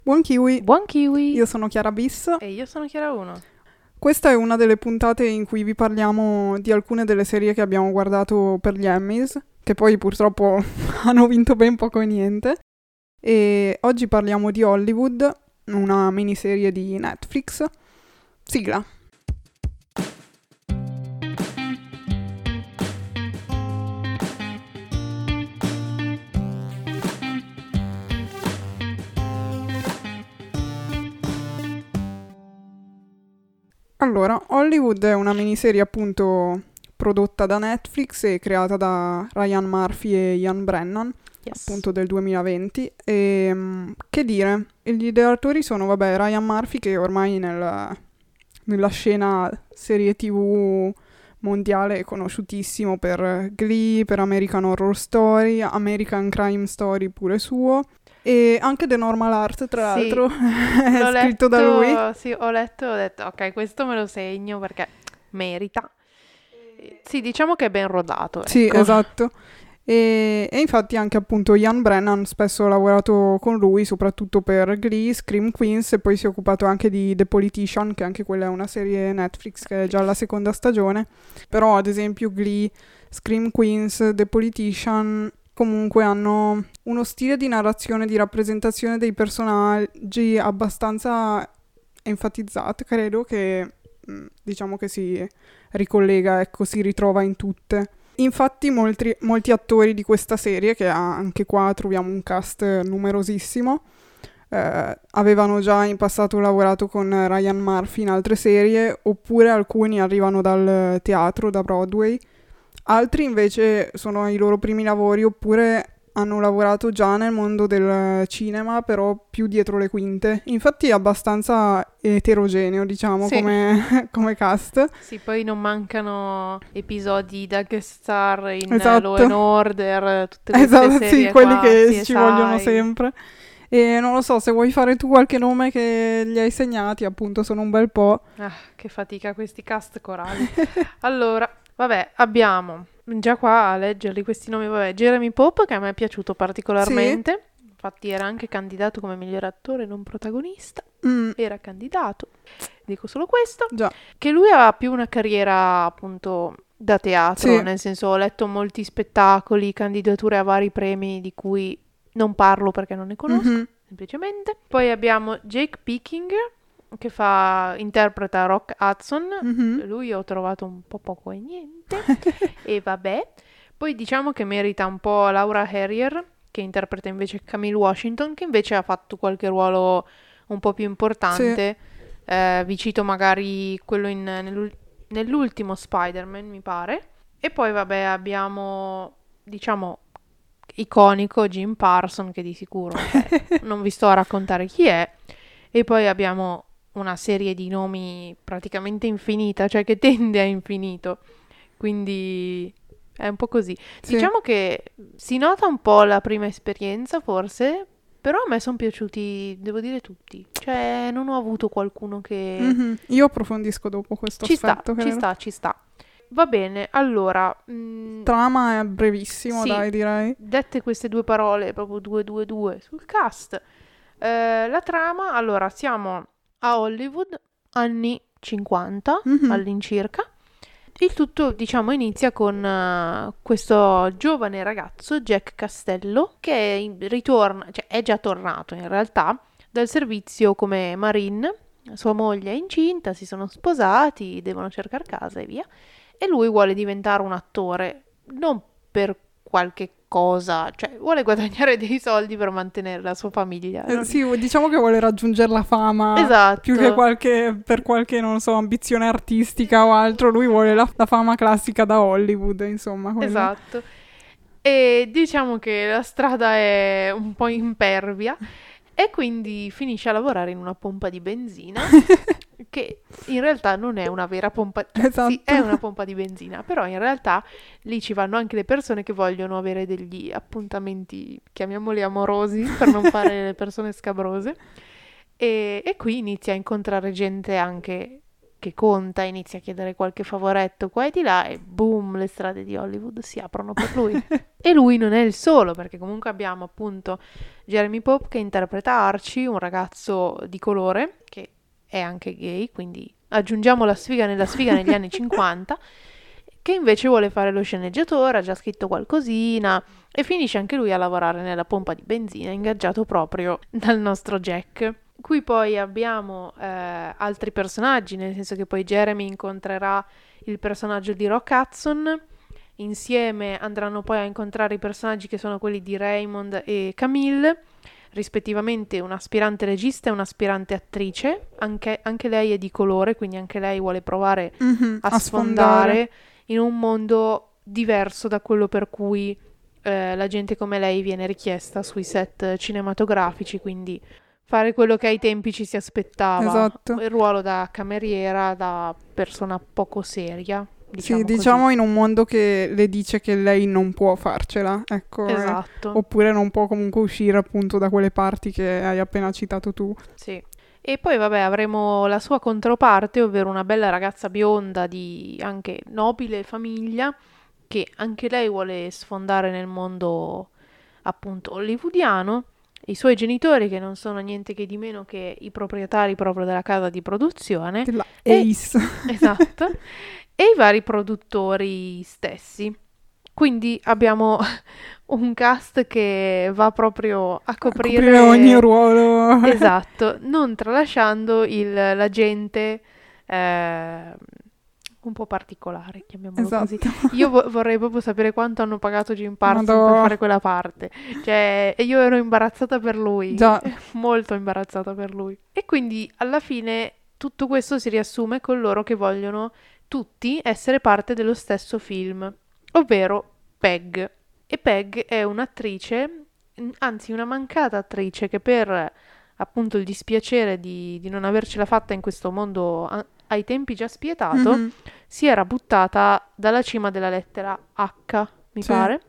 Buon kiwi, Buon kiwi! io sono Chiara Bis. E io sono Chiara 1. Questa è una delle puntate in cui vi parliamo di alcune delle serie che abbiamo guardato per gli Emmys, che poi purtroppo hanno vinto ben poco e niente. E oggi parliamo di Hollywood, una miniserie di Netflix. Sigla. Allora, Hollywood è una miniserie appunto prodotta da Netflix e creata da Ryan Murphy e Ian Brennan, appunto del 2020. E che dire, gli ideatori sono, Ryan Murphy, che ormai nella scena serie TV mondiale è conosciutissimo per Glee, per American Horror Story, American Crime Story pure suo. E anche The Normal Art, tra Sì, l'altro, è l'ho scritto da lui. Sì, ho letto e ho detto, ok, questo me lo segno perché merita. Sì, diciamo che è ben rodato, Sì, ecco. esatto. E infatti anche appunto Ian Brennan spesso ha lavorato con lui, soprattutto per Glee, Scream Queens, e poi si è occupato anche di The Politician, che anche quella è una serie Netflix che è già alla seconda stagione. Però ad esempio Glee, Scream Queens, The Politician comunque hanno uno stile di narrazione, di rappresentazione dei personaggi abbastanza enfatizzato, credo, che diciamo che si ricollega, ecco, si ritrova in tutte. Infatti molti attori di questa serie, che anche qua troviamo un cast numerosissimo, avevano già in passato lavorato con Ryan Murphy in altre serie, oppure alcuni arrivano dal teatro, da Broadway, altri invece sono i loro primi lavori, oppure hanno lavorato già nel mondo del cinema, però più dietro le quinte. Infatti è abbastanza eterogeneo, diciamo, Sì. come cast. Sì, poi non mancano episodi da guest star in Esatto. Law and Order, tutte queste Esatto, serie sì, quelli qua, che CSI. ci vogliono sempre. E non lo so, se vuoi fare tu qualche nome che li hai segnati, appunto, sono un bel po'. Ah, che fatica questi cast corali. Allora, vabbè, abbiamo già qua a leggerli questi nomi, Jeremy Pope, che a me è piaciuto particolarmente. Infatti era anche candidato come miglior attore non protagonista. Era candidato. Dico solo questo. Già. Che lui ha più una carriera appunto da teatro, Sì. nel senso ho letto molti spettacoli, candidature a vari premi di cui non parlo perché non ne conosco, semplicemente. Poi abbiamo Jake Picking, che interpreta Rock Hudson. Lui ho trovato un po' poco e niente. E vabbè. Poi diciamo che merita un po' Laura Harrier, che interpreta invece Camille Washington, che invece ha fatto qualche ruolo un po' più importante. Vi cito magari quello nell'ultimo Spider-Man, mi pare. E poi abbiamo, diciamo, iconico Jim Parsons, che di sicuro non vi sto a raccontare chi è. E poi abbiamo una serie di nomi praticamente infinita, cioè che tende a infinito. Quindi è un po' così. Sì. Diciamo che si nota un po' la prima esperienza, forse, però a me sono piaciuti, devo dire, tutti. Cioè, non ho avuto qualcuno che... Io approfondisco dopo questo aspetto. Ci sta. Va bene, allora... Trama è brevissimo, sì, dai, direi. dette queste due parole, proprio 2 sul cast. La trama, allora, siamo a Hollywood, anni 50 all'incirca. Il tutto, diciamo, inizia con questo giovane ragazzo, Jack Castello, che ritorna, cioè è già tornato in realtà, dal servizio come Marine. Sua moglie è incinta, si sono sposati, devono cercare casa e via. E lui vuole diventare un attore, non per qualche cosa, cioè vuole guadagnare dei soldi per mantenere la sua famiglia. Sì, diciamo che vuole raggiungere la fama. Esatto. Più che per qualche, non so, ambizione artistica o altro. Lui vuole la fama classica da Hollywood, insomma. Quella. Esatto. E diciamo che la strada è un po' impervia e quindi finisce a lavorare in una pompa di benzina che in realtà non è una vera pompa, cioè, Esatto. sì, è una pompa di benzina, però in realtà lì ci vanno anche le persone che vogliono avere degli appuntamenti, chiamiamoli amorosi, per non fare le persone scabrose. E qui inizia a incontrare gente anche che conta, inizia a chiedere qualche favoretto qua e di là e boom, le strade di Hollywood si aprono per lui. E lui non è il solo, perché comunque abbiamo appunto Jeremy Pope che interpreta Archie, un ragazzo di colore che è anche gay, quindi aggiungiamo la sfiga nella sfiga negli anni 50, che invece vuole fare lo sceneggiatore, ha già scritto qualcosina e finisce anche lui a lavorare nella pompa di benzina, ingaggiato proprio dal nostro Jack. Qui poi abbiamo altri personaggi, nel senso che poi Jeremy incontrerà il personaggio di Rock Hudson, insieme andranno poi a incontrare i personaggi che sono quelli di Raymond e Camille, rispettivamente un aspirante regista e un'aspirante attrice, anche lei è di colore, quindi anche lei vuole provare a sfondare in un mondo diverso da quello per cui la gente come lei viene richiesta sui set cinematografici, quindi fare quello che ai tempi ci si aspettava, esatto. Il ruolo da cameriera, da persona poco seria. Sì, diciamo in un mondo che le dice che lei non può farcela, ecco. Esatto. Oppure non può comunque uscire appunto da quelle parti che hai appena citato tu. Sì. E poi vabbè avremo la sua controparte, ovvero una bella ragazza bionda di anche nobile famiglia, che anche lei vuole sfondare nel mondo appunto hollywoodiano. I suoi genitori, che non sono niente che di meno che i proprietari proprio della casa di produzione. Della Ace. Esatto. E i vari produttori stessi. Quindi abbiamo un cast che va proprio a coprire ogni ruolo. Esatto, non tralasciando l'agente un po' particolare, chiamiamolo così. Io vorrei proprio sapere quanto hanno pagato Jim Parsons per fare quella parte. Cioè, io ero imbarazzata per lui. Già. Molto imbarazzata per lui. E quindi alla fine tutto questo si riassume con loro che vogliono tutti essere parte dello stesso film, ovvero Peg. E Peg è un'attrice, anzi una mancata attrice, che per appunto il dispiacere di non avercela fatta in questo mondo ai tempi già spietato, si era buttata dalla cima della lettera H, mi pare.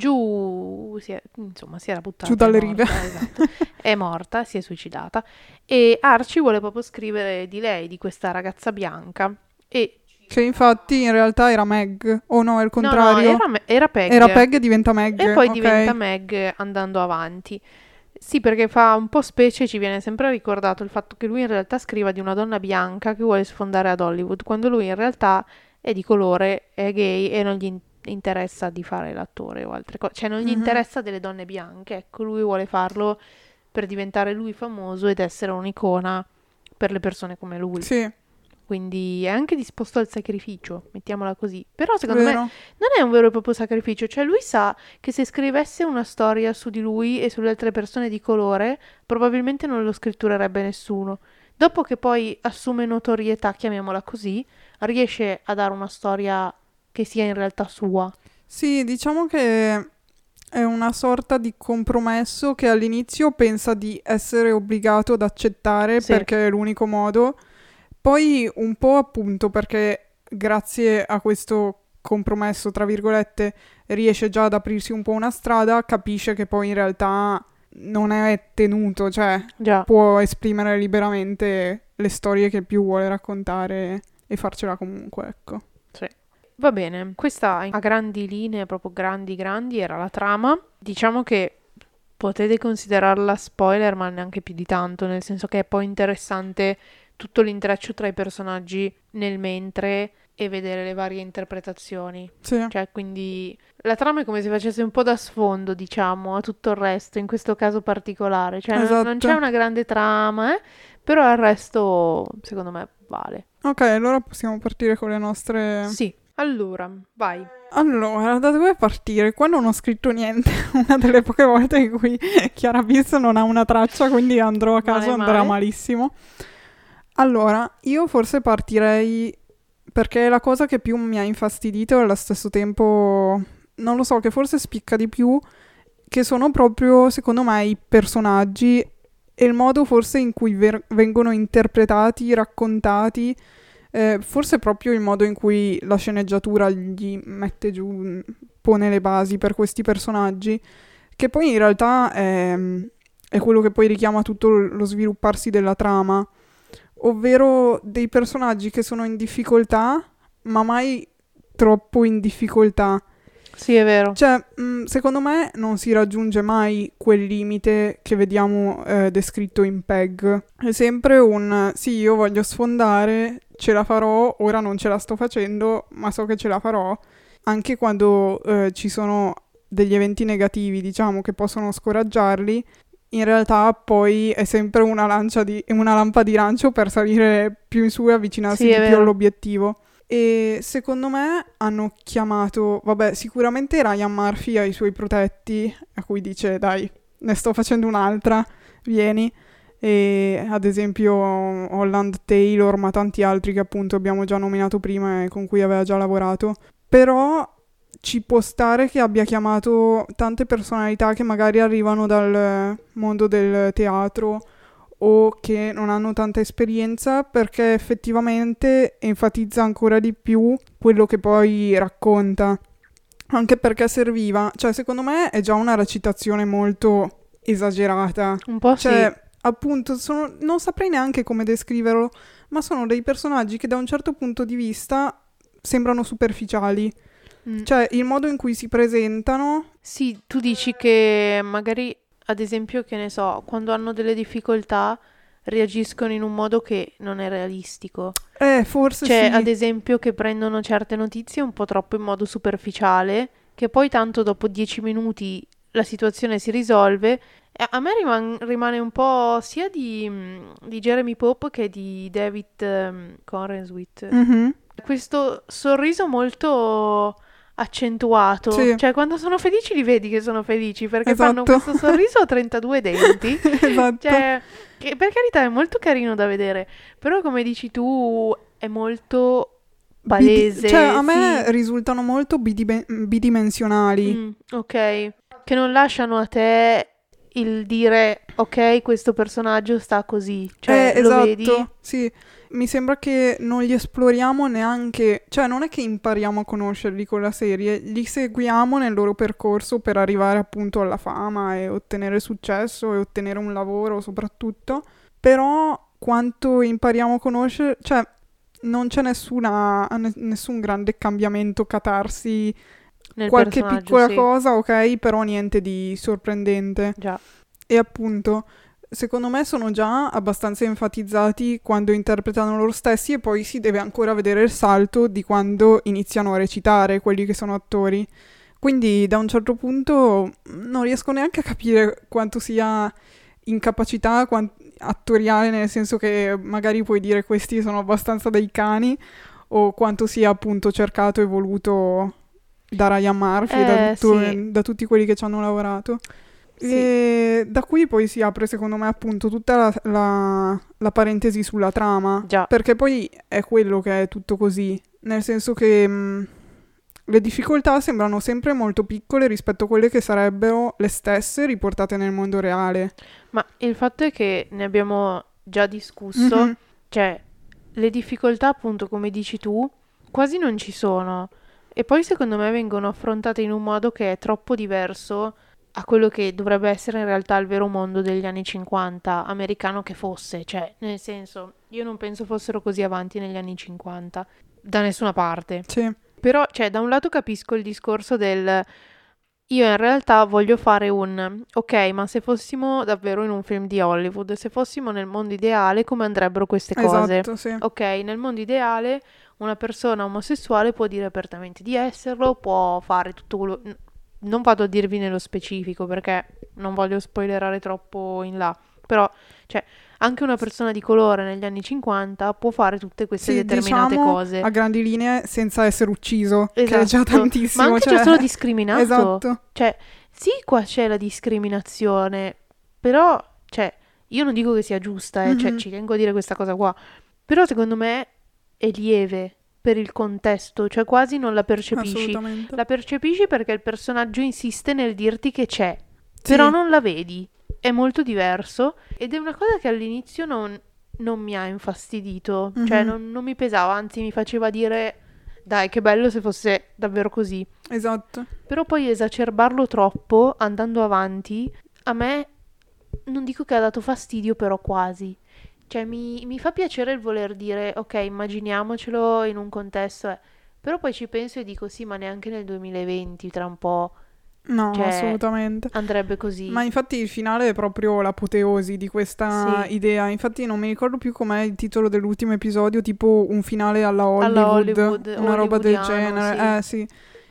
Giù, si era buttata. Giù dalle rive. Esatto. È morta, si è suicidata. E Archie vuole proprio scrivere di lei, di questa ragazza bianca. E che infatti in realtà era Meg, o no, è il contrario? No, era Peg. Era Peg e diventa Meg. E poi diventa Meg andando avanti. Sì, perché fa un po' specie, ci viene sempre ricordato il fatto che lui in realtà scriva di una donna bianca che vuole sfondare ad Hollywood, quando lui in realtà è di colore, è gay e non gli interessa di fare l'attore o altre cose. Cioè non gli interessa delle donne bianche, ecco, lui vuole farlo per diventare lui famoso ed essere un'icona per le persone come lui. Sì. Quindi è anche disposto al sacrificio, mettiamola così. Però secondo me non è un vero e proprio sacrificio. Cioè lui sa che se scrivesse una storia su di lui e sulle altre persone di colore, probabilmente non lo scritturerebbe nessuno. Dopo che poi assume notorietà, chiamiamola così, riesce a dare una storia che sia in realtà sua. Sì, diciamo che è una sorta di compromesso che all'inizio pensa di essere obbligato ad accettare perché è l'unico modo. Poi un po' appunto perché grazie a questo compromesso, tra virgolette, riesce già ad aprirsi un po' una strada, capisce che poi in realtà non è tenuto, cioè può esprimere liberamente le storie che più vuole raccontare e farcela comunque, ecco. Sì. Va bene, questa a grandi linee, proprio grandi, era la trama. Diciamo che potete considerarla spoiler, ma neanche più di tanto, nel senso che è poi interessante tutto l'intreccio tra i personaggi nel mentre e vedere le varie interpretazioni. Sì. Cioè, quindi la trama è come se facesse un po' da sfondo, diciamo, a tutto il resto, in questo caso particolare. Cioè, non c'è una grande trama, però il resto, secondo me, vale. Ok, allora possiamo partire con le nostre... Sì, allora, vai. Allora, da dove partire? Qua non ho scritto niente, una delle poche volte in cui Chiara Bis non ha una traccia, quindi andrò a caso, andrà malissimo. Allora, io forse partirei perché la cosa che più mi ha infastidito e allo stesso tempo, non lo so, che forse spicca di più, che sono proprio, secondo me, i personaggi e il modo forse in cui vengono interpretati, raccontati, forse proprio il modo in cui la sceneggiatura gli mette giù, pone le basi per questi personaggi, che poi in realtà è quello che poi richiama tutto lo svilupparsi della trama. ovvero dei personaggi che sono in difficoltà, ma mai troppo in difficoltà. Sì, è vero. Cioè, secondo me non si raggiunge mai quel limite che vediamo descritto in Peg. È sempre un sì, io voglio sfondare, ce la farò, ora non ce la sto facendo, ma so che ce la farò. Anche quando ci sono degli eventi negativi, diciamo, che possono scoraggiarli, in realtà poi è sempre una lampa di lancio per salire più in su e avvicinarsi Sì, è di più vero. all'obiettivo. E secondo me hanno chiamato, vabbè, sicuramente Ryan Murphy ai suoi protetti, a cui dice, dai, ne sto facendo un'altra, vieni. E ad esempio Holland Taylor, ma tanti altri che appunto abbiamo già nominato prima e con cui aveva già lavorato. Però ci può stare che abbia chiamato tante personalità che magari arrivano dal mondo del teatro o che non hanno tanta esperienza, perché effettivamente enfatizza ancora di più quello che poi racconta. Anche perché serviva, cioè secondo me è già una recitazione molto esagerata. Un po' sì. Cioè, appunto, non saprei neanche come descriverlo, ma sono dei personaggi che da un certo punto di vista sembrano superficiali. Cioè, il modo in cui si presentano. Sì, tu dici che magari, ad esempio, che ne so, quando hanno delle difficoltà reagiscono in un modo che non è realistico. Forse Cioè, sì. ad esempio, che prendono certe notizie un po' troppo in modo superficiale, che poi tanto dopo 10 minuti la situazione si risolve. E a me rimane un po' sia di Jeremy Pope che di David Corenswet. Mhm. Questo sorriso molto accentuato. Sì. Cioè, quando sono felici li vedi che sono felici, perché Esatto. fanno questo sorriso a 32 denti. Esatto. Cioè, che per carità è molto carino da vedere, però come dici tu è molto palese. Cioè, a me sì. risultano molto bidimensionali. Ok, che non lasciano a te il dire ok, questo personaggio sta così. Cioè, lo Esatto, vedi? sì. Mi sembra che non li esploriamo neanche, cioè non è che impariamo a conoscerli con la serie, li seguiamo nel loro percorso per arrivare appunto alla fama e ottenere successo e ottenere un lavoro soprattutto, però quanto impariamo a conoscere, cioè non c'è nessun grande cambiamento, catarsi, Nel qualche personaggio, piccola sì. cosa, ok, però niente di sorprendente. Già. E appunto, secondo me sono già abbastanza enfatizzati quando interpretano loro stessi e poi si deve ancora vedere il salto di quando iniziano a recitare quelli che sono attori. Quindi da un certo punto non riesco neanche a capire quanto sia incapacità attoriale, nel senso che magari puoi dire questi sono abbastanza dei cani, o quanto sia appunto cercato e voluto da Ryan Murphy e Sì. da tutti quelli che ci hanno lavorato. Sì. E da qui poi si apre secondo me appunto tutta la parentesi sulla trama, Già. perché poi è quello che è tutto così, nel senso che le difficoltà sembrano sempre molto piccole rispetto a quelle che sarebbero le stesse riportate nel mondo reale. Ma il fatto è che ne abbiamo già discusso, Mhm. cioè le difficoltà appunto come dici tu quasi non ci sono e poi secondo me vengono affrontate in un modo che è troppo diverso a quello che dovrebbe essere in realtà il vero mondo degli anni 50, americano che fosse, cioè nel senso io non penso fossero così avanti negli anni 50 da nessuna parte. Sì, Però, cioè, da un lato capisco il discorso del io in realtà voglio fare ok, ma se fossimo davvero in un film di Hollywood, se fossimo nel mondo ideale, come andrebbero queste cose? esatto, sì. Ok, nel mondo ideale una persona omosessuale può dire apertamente di esserlo, può fare tutto quello. Non vado a dirvi nello specifico perché non voglio spoilerare troppo in là, però, cioè, anche una persona di colore negli anni 50 può fare tutte queste Sì, determinate diciamo cose. a grandi linee senza essere ucciso, che è già Esatto, tantissimo. ma anche cioè... già solo discriminato. Esatto. Cioè, sì, qua c'è la discriminazione, però, cioè, io non dico che sia giusta, cioè, Mhm. ci tengo a dire questa cosa qua, però secondo me è lieve per il contesto, cioè quasi non la percepisci. Assolutamente. La percepisci perché il personaggio insiste nel dirti che c'è, Sì. però non la vedi. È molto diverso ed è una cosa che all'inizio non mi ha infastidito, cioè Mhm. non mi pesava, anzi mi faceva dire dai, che bello se fosse davvero così. Esatto. Però poi esacerbarlo troppo, andando avanti, a me non dico che ha dato fastidio, però quasi. cioè mi fa piacere il voler dire, ok, immaginiamocelo in un contesto, però poi ci penso e dico sì, ma neanche nel 2020, tra un po', No, cioè assolutamente. andrebbe Ma così. infatti il finale è proprio l'apoteosi di questa Sì, idea. Infatti non mi ricordo più com'è il titolo dell'ultimo episodio, tipo un finale alla alla Hollywood, Hollywood, una roba del hollywoodiano, sì. genere. Sì.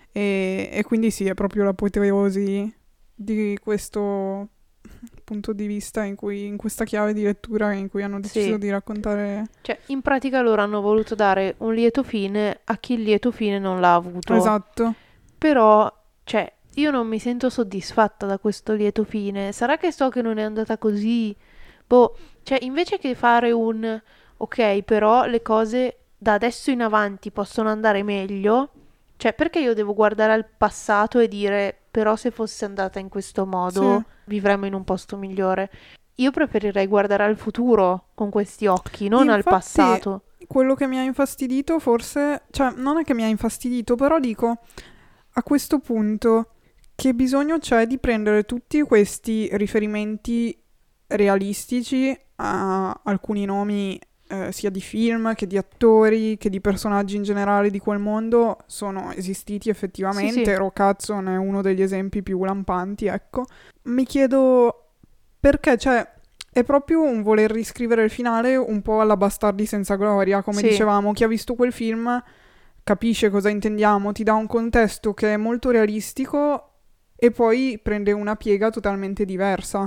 E quindi sì, è proprio l'apoteosi di questo punto di vista in questa chiave di lettura in cui hanno deciso Sì. di raccontare. Cioè, in pratica loro hanno voluto dare un lieto fine a chi il lieto fine non l'ha avuto. Esatto. Però, cioè, io non mi sento soddisfatta da questo lieto fine. Sarà che so che non è andata così? Boh, cioè, invece che fare un ok, però le cose da adesso in avanti possono andare meglio. Cioè, perché io devo guardare al passato e dire, però se fosse andata in questo Sì. modo, vivremmo in un posto migliore? Io preferirei guardare al futuro con questi occhi, non al Infatti, passato. quello che mi ha infastidito forse, cioè non è che mi ha infastidito, però dico a questo punto che bisogno c'è di prendere tutti questi riferimenti realistici a alcuni nomi sia di film che di attori che di personaggi in generale di quel mondo sono esistiti Sì, sì. effettivamente. Rock Hudson è uno degli esempi più lampanti, ecco. Mi chiedo perché, cioè, è proprio un voler riscrivere il finale un po' alla Bastardi senza gloria, come Sì. dicevamo. Chi ha visto quel film capisce cosa intendiamo, ti dà un contesto che è molto realistico e poi prende una piega totalmente diversa.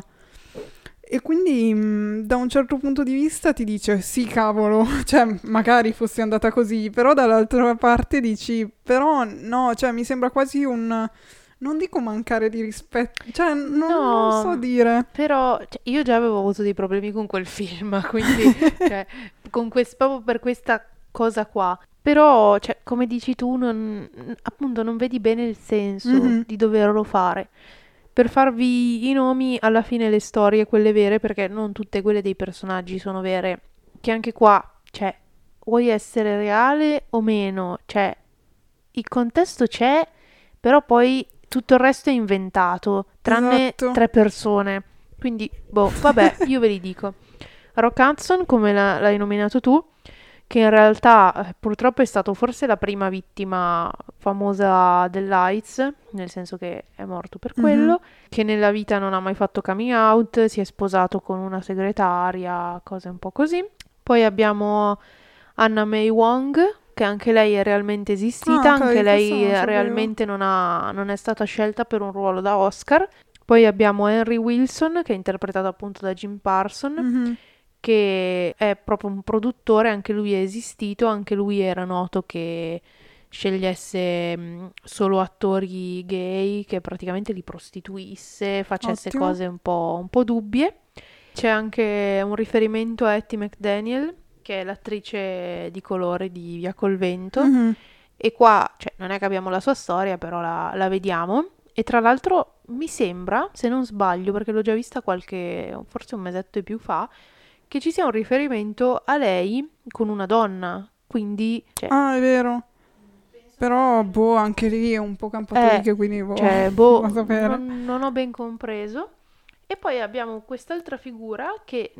E quindi da un certo punto di vista ti dice sì cavolo, cioè magari fosse andata così, però dall'altra parte dici però no, cioè mi sembra quasi un, non dico mancare di rispetto, cioè non so No, dire. però cioè, io già avevo avuto dei problemi con quel film, quindi cioè, proprio per questa cosa qua. Però, cioè, come dici tu, appunto non vedi bene il senso Mhm, di doverlo fare. Per farvi i nomi, alla fine le storie, quelle vere, perché non tutte quelle dei personaggi sono vere, che anche qua, cioè, vuoi essere reale o meno? Cioè, il contesto c'è, però poi tutto il resto è inventato, tranne esatto. 3 persone. Quindi, boh, vabbè, io ve li dico. Rock Hudson, come l'hai nominato tu, che in realtà purtroppo è stato forse la prima vittima famosa dell'AIDS, nel senso che è morto per Mhm. quello, che nella vita non ha mai fatto coming out, si è sposato con una segretaria, cose un po' così. Poi abbiamo Anna May Wong, che anche lei è realmente Ah, esistita, anche ok, questo non lei lo sapevo. realmente non è stata scelta per un ruolo da Oscar. Poi abbiamo Henry Wilson, che è interpretato appunto da Jim Parson, Mhm. che è proprio un produttore, anche lui è esistito, anche lui era noto che scegliesse solo attori gay, che praticamente li prostituisse, facesse Ottimo. cose un po' dubbie. C'è anche un riferimento a Hattie McDaniel, che è l'attrice di colore di Via col Vento, Mhm. e qua, cioè, non è che abbiamo la sua storia, però la vediamo. E tra l'altro mi sembra, se non sbaglio, perché l'ho già vista forse un mesetto e più fa, che ci sia un riferimento a lei con una donna. Quindi, cioè, Ah, è vero. Però, boh, anche lì è un po' campatoliche, quindi boh, va a boh, sapere. non ho ben compreso. E poi abbiamo quest'altra figura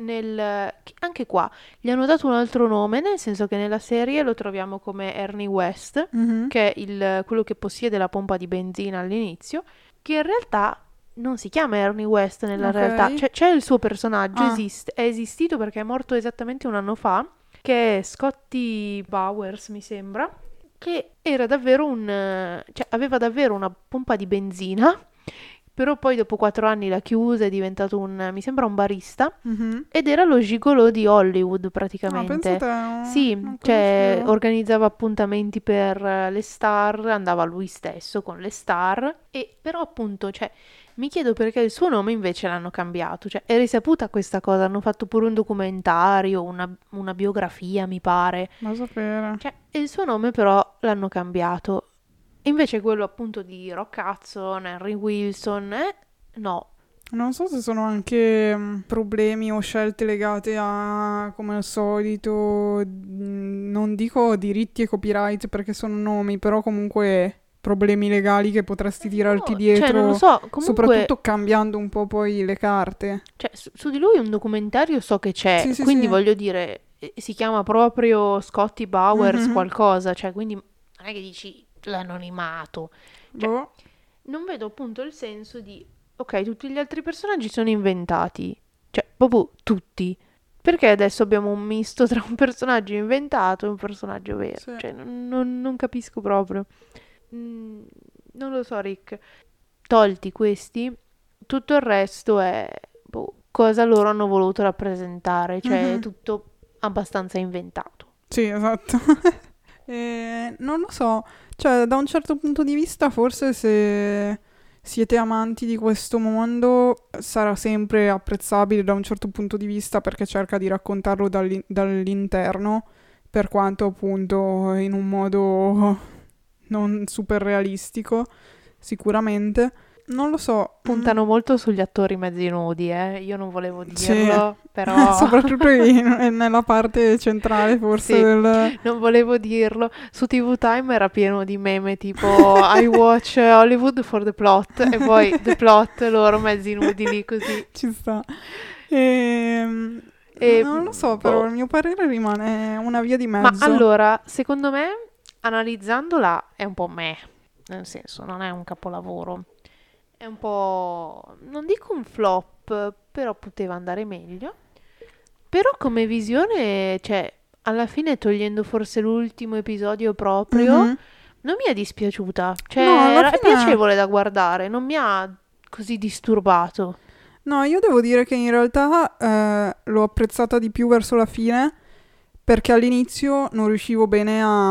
che anche qua gli hanno dato un altro nome, nel senso che nella serie lo troviamo come Ernie West, Mhm. che è quello che possiede la pompa di benzina all'inizio, che in realtà non si chiama Ernie West nella Ok. realtà, cioè c'è il suo personaggio, Ah, è esistito perché è morto esattamente un anno fa, che è Scotty Bowers, mi sembra, che era davvero cioè aveva davvero una pompa di benzina, però poi dopo 4 anni l'ha chiusa, è diventato mi sembra un barista, mhm. ed era lo gigolò di Hollywood Ah, pensa praticamente. te, Sì, non cioè conoscevo. organizzava appuntamenti per le star, andava lui stesso con le star, e però appunto, cioè, mi chiedo perché il suo nome invece l'hanno cambiato, cioè è risaputa questa cosa, hanno fatto pure un documentario, una biografia mi pare, Va a sapere. cioè, e il suo nome però l'hanno cambiato. Invece quello appunto di Rock Hudson, Henry Wilson, no. Non so se sono anche problemi o scelte legate a, come al solito, non dico diritti e copyright perché sono nomi, però comunque problemi legali che potresti tirarti Cioè, dietro, non lo so, comunque, soprattutto cambiando un po' poi le carte. cioè, su di lui un documentario so che c'è, Sì, sì, quindi sì. voglio dire, si chiama proprio Scotty Bowers Mhm. qualcosa, cioè, quindi non è che dici l'anonimato. Cioè, Boh. non vedo appunto il senso di, ok, tutti gli altri personaggi sono inventati, cioè, proprio tutti. Perché adesso abbiamo un misto tra un personaggio inventato e un personaggio vero? Sì. Cioè, non capisco proprio. Mm, non lo so, Rick. Tolti questi, tutto il resto è cosa loro hanno voluto rappresentare, cioè è Mhm. tutto abbastanza inventato. Sì, esatto. Non lo so, cioè da un certo punto di vista forse se siete amanti di questo mondo sarà sempre apprezzabile da un certo punto di vista perché cerca di raccontarlo dall'interno, per quanto appunto in un modo non super realistico, sicuramente. Non lo so. Puntano molto sugli attori mezzi nudi, eh. Io non volevo Sì, dirlo, però soprattutto nella parte centrale forse sì, del... non volevo dirlo. Su TV Time era pieno di meme tipo I watch Hollywood for the plot e poi the plot loro mezzi nudi lì così. Ci sta. E Non lo so, però il mio parere rimane una via di ma mezzo. allora, secondo me, analizzandola è un po' meh, nel senso, non è un capolavoro. È un po', non dico un flop, però poteva andare meglio. Però come visione, cioè, alla fine togliendo forse l'ultimo episodio proprio, Mhm. non mi è dispiaciuta. Cioè, No, alla era fine... piacevole da guardare, non mi ha così disturbato. No, io devo dire che in realtà l'ho apprezzata di più verso la fine perché all'inizio non riuscivo bene a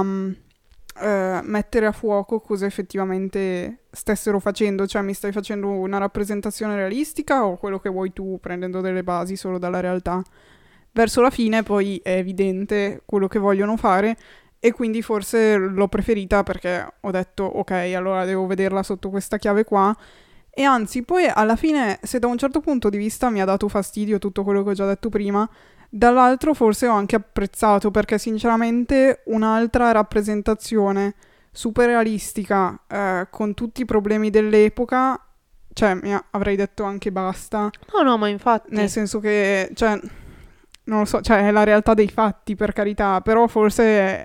mettere a fuoco cosa effettivamente stessero facendo, cioè mi stai facendo una rappresentazione realistica o quello che vuoi tu prendendo delle basi solo dalla realtà. Verso la fine poi è evidente quello che vogliono fare e quindi forse l'ho preferita perché ho detto ok, allora devo vederla sotto questa chiave qua. E anzi, poi alla fine, se da un certo punto di vista mi ha dato fastidio tutto quello che ho già detto prima, dall'altro forse ho anche apprezzato perché sinceramente un'altra rappresentazione super realistica con tutti i problemi dell'epoca, cioè avrei detto anche basta, No, ma nel infatti. senso che, cioè, non lo so, cioè è la realtà dei fatti per carità, però forse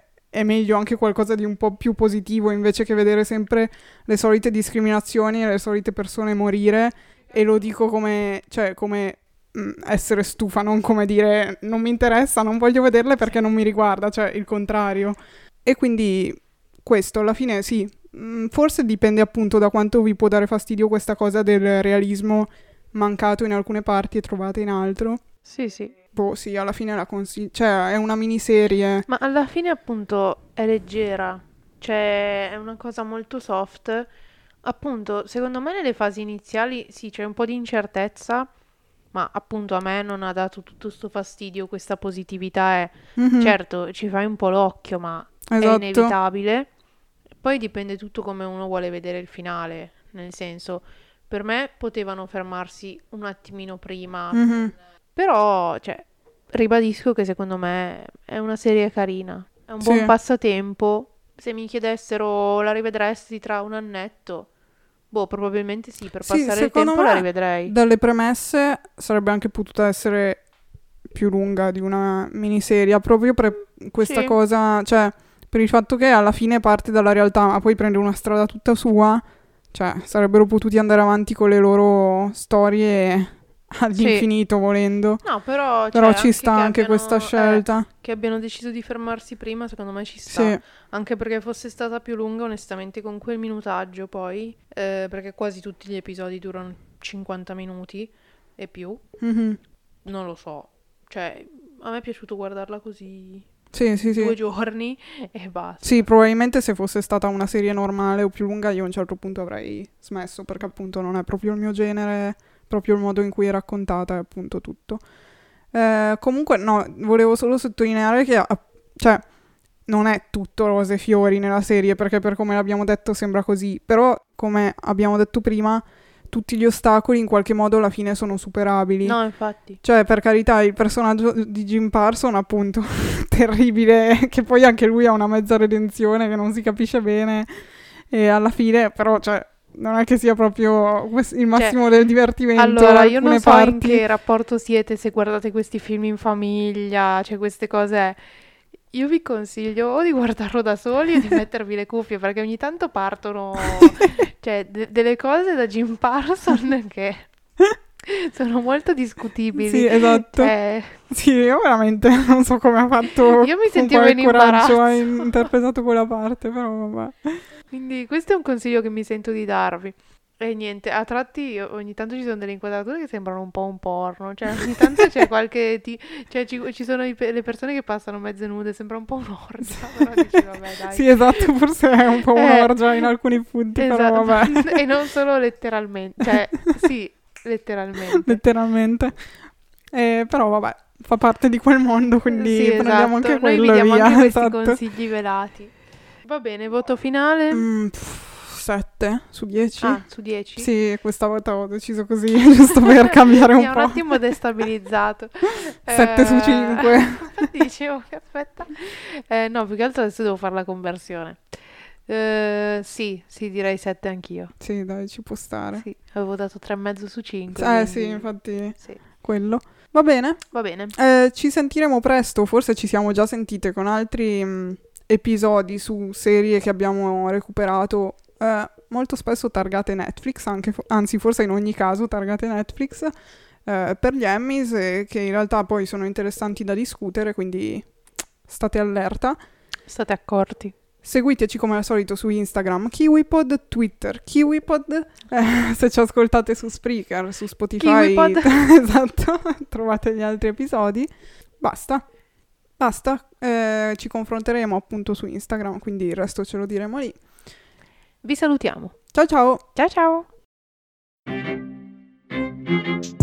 è meglio anche qualcosa di un po' più positivo invece che vedere sempre le solite discriminazioni e le solite persone morire e lo dico come, cioè, come essere stufa, non come dire non mi interessa, non voglio vederle perché non mi riguarda, cioè il contrario. E quindi questo alla fine sì, forse dipende appunto da quanto vi può dare fastidio questa cosa del realismo mancato in alcune parti e trovate in altro. Sì, sì. Boh, sì, alla fine la consiglio, cioè è una miniserie. Ma alla fine appunto è leggera, cioè è una cosa molto soft. Appunto, secondo me nelle fasi iniziali sì, c'è un po' di incertezza, ma appunto a me non ha dato tutto sto fastidio, questa positività è... Mhm, Certo, ci fai un po' l'occhio, ma è esatto. inevitabile. Poi dipende tutto come uno vuole vedere il finale, nel senso, per me potevano fermarsi un attimino prima, Mhm, però, cioè, ribadisco che secondo me è una serie carina, è un buon sì. passatempo. Se mi chiedessero la rivedresti tra un annetto, boh, probabilmente sì, per Sì, passare il secondo tempo la me rivedrei. dalle premesse sarebbe anche potuta essere più lunga di una miniserie, proprio per questa Sì, cosa, cioè per il fatto che alla fine parte dalla realtà, ma poi prende una strada tutta sua, cioè sarebbero potuti andare avanti con le loro storie sì. all'infinito volendo. No, però, cioè, Però ci anche sta anche questa scelta. che abbiano deciso di fermarsi prima, secondo me ci sta. Sì. Anche perché fosse stata più lunga, onestamente, con quel minutaggio poi, perché quasi tutti gli episodi durano 50 minuti e più, Mhm. non lo so. Cioè, a me è piaciuto guardarla così Sì, sì, sì. 2 giorni e Sì, basta. probabilmente se fosse stata una serie normale o più lunga io a un certo punto avrei smesso perché appunto non è proprio il mio genere, proprio il modo in cui è raccontata è appunto tutto. Comunque no, volevo solo sottolineare che cioè, non è tutto rose e fiori nella serie perché per come l'abbiamo detto sembra così, però come abbiamo detto prima tutti gli ostacoli in qualche modo alla fine sono superabili. No, infatti. Cioè, per carità, il personaggio di Jim Parson, appunto, terribile, che poi anche lui ha una mezza redenzione che non si capisce bene. e alla fine però, cioè, non è che sia proprio il massimo del divertimento. Allora, io non so parti. in che rapporto siete se guardate questi film in famiglia, cioè queste cose. Io vi consiglio o di guardarlo da soli o di mettervi le cuffie, perché ogni tanto partono cioè, delle cose da Jim Parsons che sono molto discutibili. Sì, esatto. Sì, io veramente non so come ha fatto. Io mi sentivo in imbarazzo. Ha interpretato quella parte, però vabbè. Quindi questo è un consiglio che mi sento di darvi. E niente, a tratti ogni tanto ci sono delle inquadrature che sembrano un po' un porno, cioè ogni tanto c'è qualche cioè ci sono le persone che passano mezze nude, sembra un po' un'orgia, però dici vabbè dai. Sì, esatto, forse è un po' un'orgia in alcuni punti, esatto, però vabbè. E non solo letteralmente, cioè sì, letteralmente. Letteralmente. Però vabbè, fa parte di quel mondo, quindi sì, prendiamo esatto. anche quello Noi vi diamo via. anche questi Esatto. consigli velati. Va bene, voto finale? 7 su 10. Ah, su 10? Sì, questa volta ho deciso così, giusto per cambiare un Mi ha po'. un attimo destabilizzato. 7 su 5. Infatti dicevo che aspetta. No, più che altro adesso devo fare la conversione. Sì, direi 7 anch'io. Sì, dai, ci può stare. Sì, avevo dato 3,5 su 5. Sì, infatti, sì. quello. Va bene. Va bene. Ci sentiremo presto, forse ci siamo già sentite con altri episodi su serie che abbiamo recuperato, molto spesso targate Netflix, anzi forse in ogni caso targate Netflix, per gli Emmys, che in realtà poi sono interessanti da discutere, quindi state allerta. State accorti. Seguiteci come al solito su Instagram KiwiPod, Twitter KiwiPod, se ci ascoltate su Spreaker, su Spotify, esatto, trovate gli altri episodi. Basta, ci confronteremo appunto su Instagram, quindi il resto ce lo diremo lì. Vi salutiamo. Ciao ciao! Ciao ciao!